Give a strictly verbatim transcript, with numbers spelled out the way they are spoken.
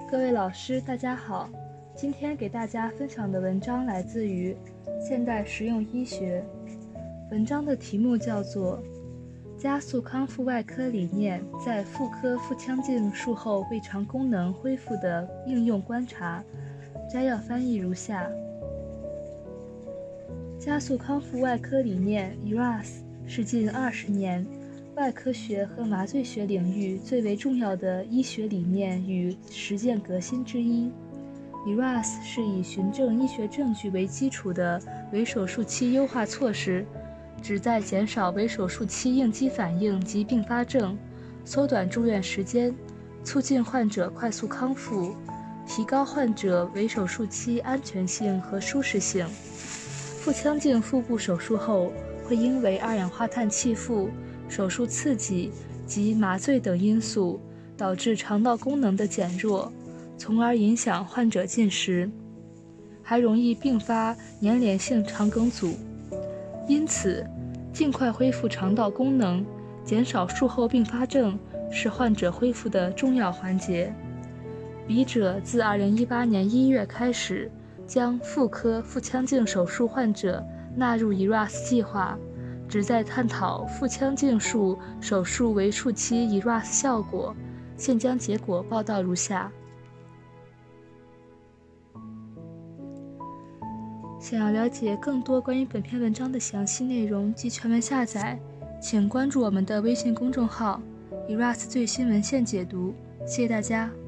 各位老师，大家好。今天给大家分享的文章来自于《现代实用医学》，文章的题目叫做《加速康复外科理念在妇科腹腔镜术后胃肠功能恢复的应用观察》。摘要翻译如下：加速康复外科理念 E R A S 是近二十年外科学和麻醉学领域最为重要的医学理念与实践革新之一。E R A S 是以循证医学证据为基础的微手术期优化措施，旨在减少微手术期应激反应及并发症，缩短住院时间，促进患者快速康复，提高患者微手术期安全性和舒适性。腹腔镜腹部手术后，会因为二氧化碳气腹、手术刺激及麻醉等因素，导致肠道功能的减弱，从而影响患者进食，还容易并发粘连性肠梗阻。因此，尽快恢复肠道功能，减少术后并发症，是患者恢复的重要环节。笔者自二零一八年一月开始，将妇科腹腔镜手术患者纳入 E R A S 计划，旨在探讨腹腔镜术手术微术期 E R A S 效果。现将结果报道如下。想要了解更多关于本篇文章的详细内容及全文下载，请关注我们的微信公众号 E R A S 最新文献解读。谢谢大家。